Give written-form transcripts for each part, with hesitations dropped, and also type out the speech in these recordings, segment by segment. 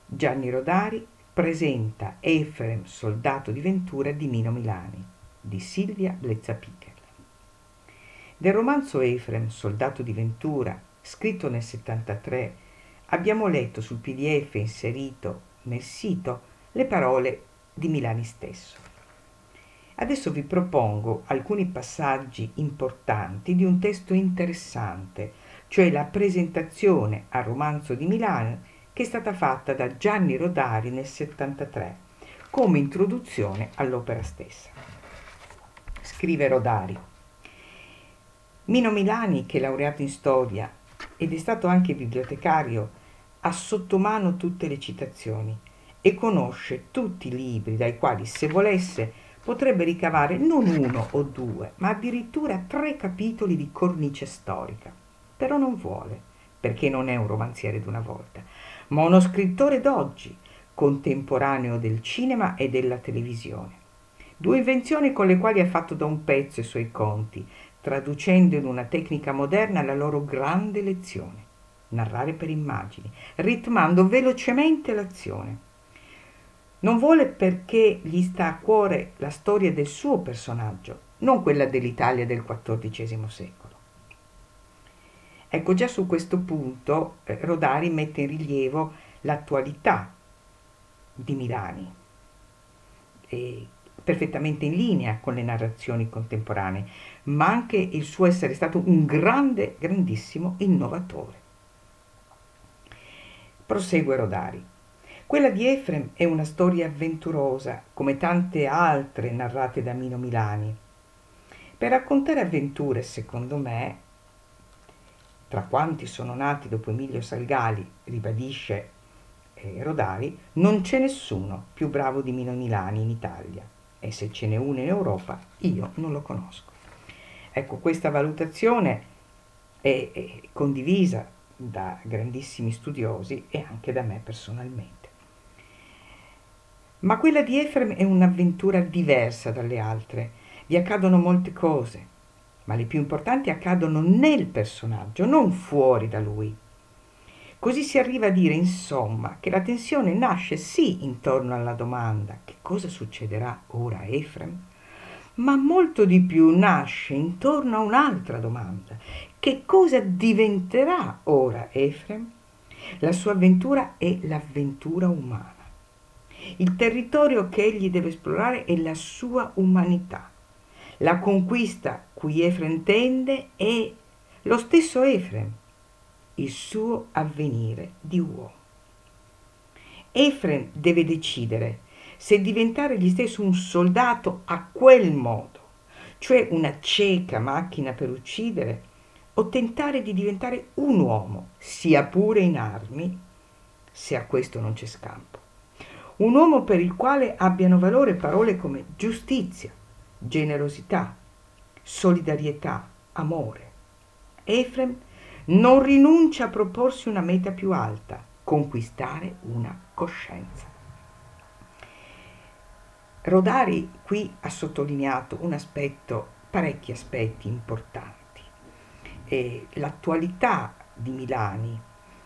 Gianni Rodari presenta Efrem, soldato di Ventura di Mino Milani, di Silvia Blezzapichel. Del romanzo Efrem, soldato di Ventura, scritto nel 73, abbiamo letto sul PDF inserito nel sito le parole di Milani stesso. Adesso vi propongo alcuni passaggi importanti di un testo interessante, cioè la presentazione al romanzo di Milani che è stata fatta da Gianni Rodari nel 73 come introduzione all'opera stessa. Scrive Rodari: Mino Milani, che è laureato in storia ed è stato anche bibliotecario, ha sotto mano tutte le citazioni e conosce tutti i libri dai quali, se volesse, potrebbe ricavare non uno o due, ma addirittura 3 capitoli di cornice storica. Però non vuole, perché non è un romanziere d'una volta, ma uno scrittore d'oggi, contemporaneo del cinema e della televisione. 2 invenzioni con le quali ha fatto da un pezzo i suoi conti, traducendo in una tecnica moderna la loro grande lezione: narrare per immagini, ritmando velocemente l'azione. Non vuole perché gli sta a cuore la storia del suo personaggio, non quella dell'Italia del XIV secolo. Ecco, già su questo punto Rodari mette in rilievo l'attualità di Milani, perfettamente in linea con le narrazioni contemporanee, ma anche il suo essere stato un grandissimo innovatore. Prosegue Rodari. Quella di Efrem è una storia avventurosa, come tante altre narrate da Mino Milani. Per raccontare avventure, secondo me, tra quanti sono nati dopo Emilio Salgali, ribadisce Rodari, non c'è nessuno più bravo di Mino Milani in Italia, e se ce n'è uno in Europa io non lo conosco. Ecco, questa valutazione è condivisa da grandissimi studiosi e anche da me personalmente. Ma quella di Efrem è un'avventura diversa dalle altre. Vi accadono molte cose, ma le più importanti accadono nel personaggio, non fuori da lui. Così si arriva a dire, insomma, che la tensione nasce sì intorno alla domanda: che cosa succederà ora a Efrem? Ma molto di più nasce intorno a un'altra domanda: che cosa diventerà ora Efrem? La sua avventura è l'avventura umana. Il territorio che egli deve esplorare è la sua umanità. La conquista cui Efrem tende è lo stesso Efrem, il suo avvenire di uomo. Efrem deve decidere se diventare egli stesso un soldato a quel modo, cioè una cieca macchina per uccidere, o tentare di diventare un uomo, sia pure in armi, se a questo non c'è scampo. Un uomo per il quale abbiano valore parole come giustizia, generosità, solidarietà, amore. Efrem non rinuncia a proporsi una meta più alta: conquistare una coscienza. Rodari qui ha sottolineato parecchi aspetti importanti. L'attualità di Milani,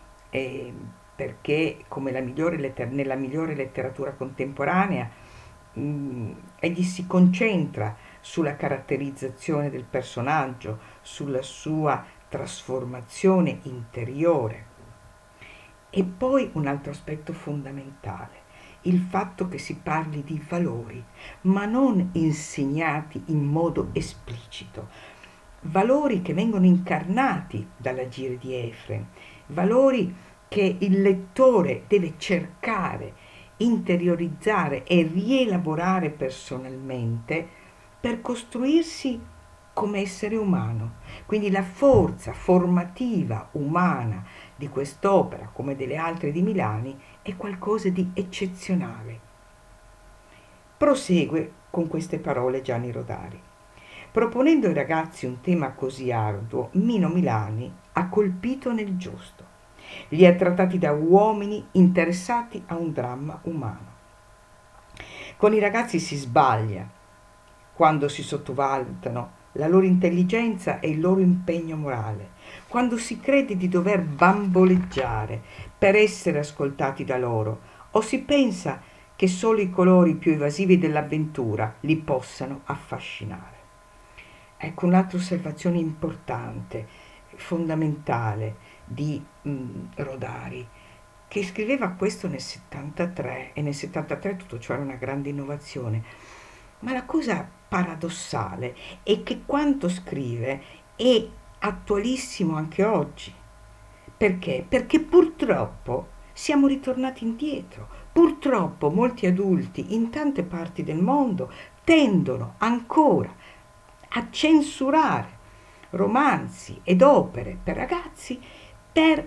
perché come nella migliore letteratura contemporanea, egli si concentra sulla caratterizzazione del personaggio, sulla sua trasformazione interiore. E poi un altro aspetto fondamentale: il fatto che si parli di valori, ma non insegnati in modo esplicito, valori che vengono incarnati dall'agire di Efrem, valori che il lettore deve cercare, interiorizzare e rielaborare personalmente per costruirsi come essere umano. Quindi la forza formativa umana di quest'opera, come delle altre di Milani, è qualcosa di eccezionale. Prosegue con queste parole Gianni Rodari. Proponendo ai ragazzi un tema così arduo, Mino Milani ha colpito nel giusto. Li ha trattati da uomini interessati a un dramma umano. Con i ragazzi si sbaglia quando si sottovalutano la loro intelligenza e il loro impegno morale, quando si crede di dover bamboleggiare per essere ascoltati da loro o si pensa che solo i colori più evasivi dell'avventura li possano affascinare. Ecco un'altra osservazione importante, fondamentale di Rodari, che scriveva questo nel 73, e nel 73 tutto ciò era una grande innovazione. Ma la cosa paradossale è che quanto scrive è attualissimo anche oggi. Perché? Perché purtroppo siamo ritornati indietro. Purtroppo molti adulti in tante parti del mondo tendono ancora a censurare romanzi ed opere per ragazzi per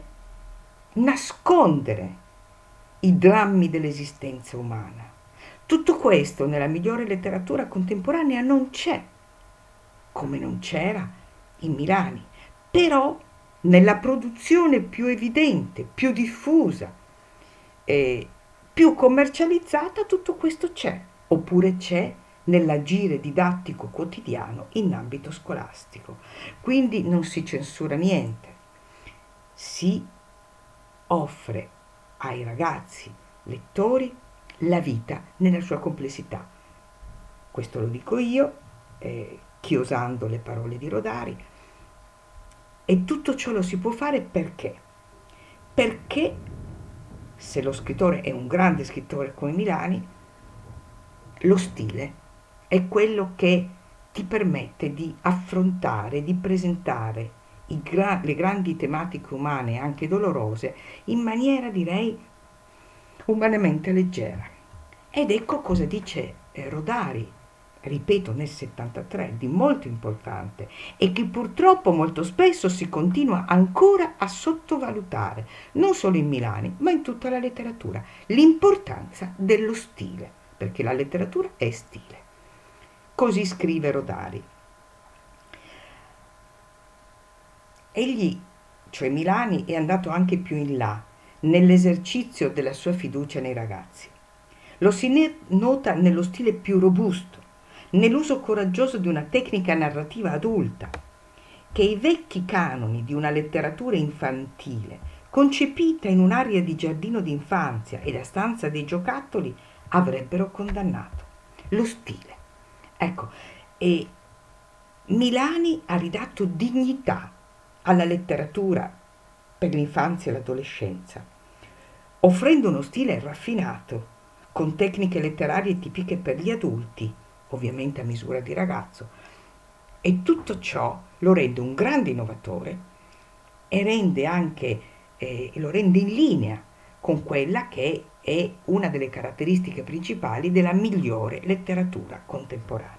nascondere i drammi dell'esistenza umana. Tutto questo nella migliore letteratura contemporanea non c'è, come non c'era in Milani, però nella produzione più evidente, più diffusa e più commercializzata tutto questo c'è, oppure c'è nell'agire didattico quotidiano in ambito scolastico. Quindi non si censura niente, si offre ai ragazzi lettori la vita nella sua complessità. Questo lo dico io, chiosando le parole di Rodari, e tutto ciò lo si può fare perché? Perché se lo scrittore è un grande scrittore come Milani, lo stile è quello che ti permette di affrontare, di presentare le grandi tematiche umane, anche dolorose, in maniera, direi, umanamente leggera. Ed ecco cosa dice Rodari, ripeto nel 73, di molto importante e che purtroppo molto spesso si continua ancora a sottovalutare, non solo in Milani, ma in tutta la letteratura, l'importanza dello stile, perché la letteratura è stile. Così scrive Rodari. Egli, cioè Milani, è andato anche più in là nell'esercizio della sua fiducia nei ragazzi. Lo si nota nello stile più robusto, nell'uso coraggioso di una tecnica narrativa adulta, che i vecchi canoni di una letteratura infantile, concepita in un'area di giardino d'infanzia e da stanza dei giocattoli, avrebbero condannato. Lo stile. Ecco, e Milani ha ridato dignità alla letteratura per l'infanzia e l'adolescenza, offrendo uno stile raffinato, con tecniche letterarie tipiche per gli adulti, ovviamente a misura di ragazzo, e tutto ciò lo rende un grande innovatore e rende anche, lo rende in linea con quella che è una delle caratteristiche principali della migliore letteratura contemporanea.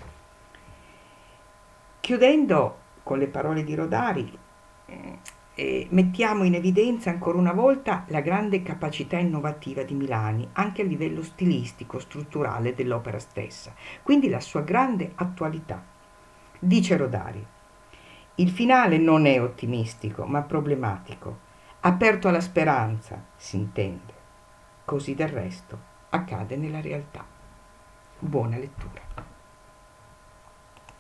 Chiudendo con le parole di Rodari, mettiamo in evidenza ancora una volta la grande capacità innovativa di Milani, anche a livello stilistico, strutturale dell'opera stessa, quindi la sua grande attualità. Dice Rodari, il finale non è ottimistico, ma problematico, aperto alla speranza, si intende. Così del resto accade nella realtà. Buona lettura.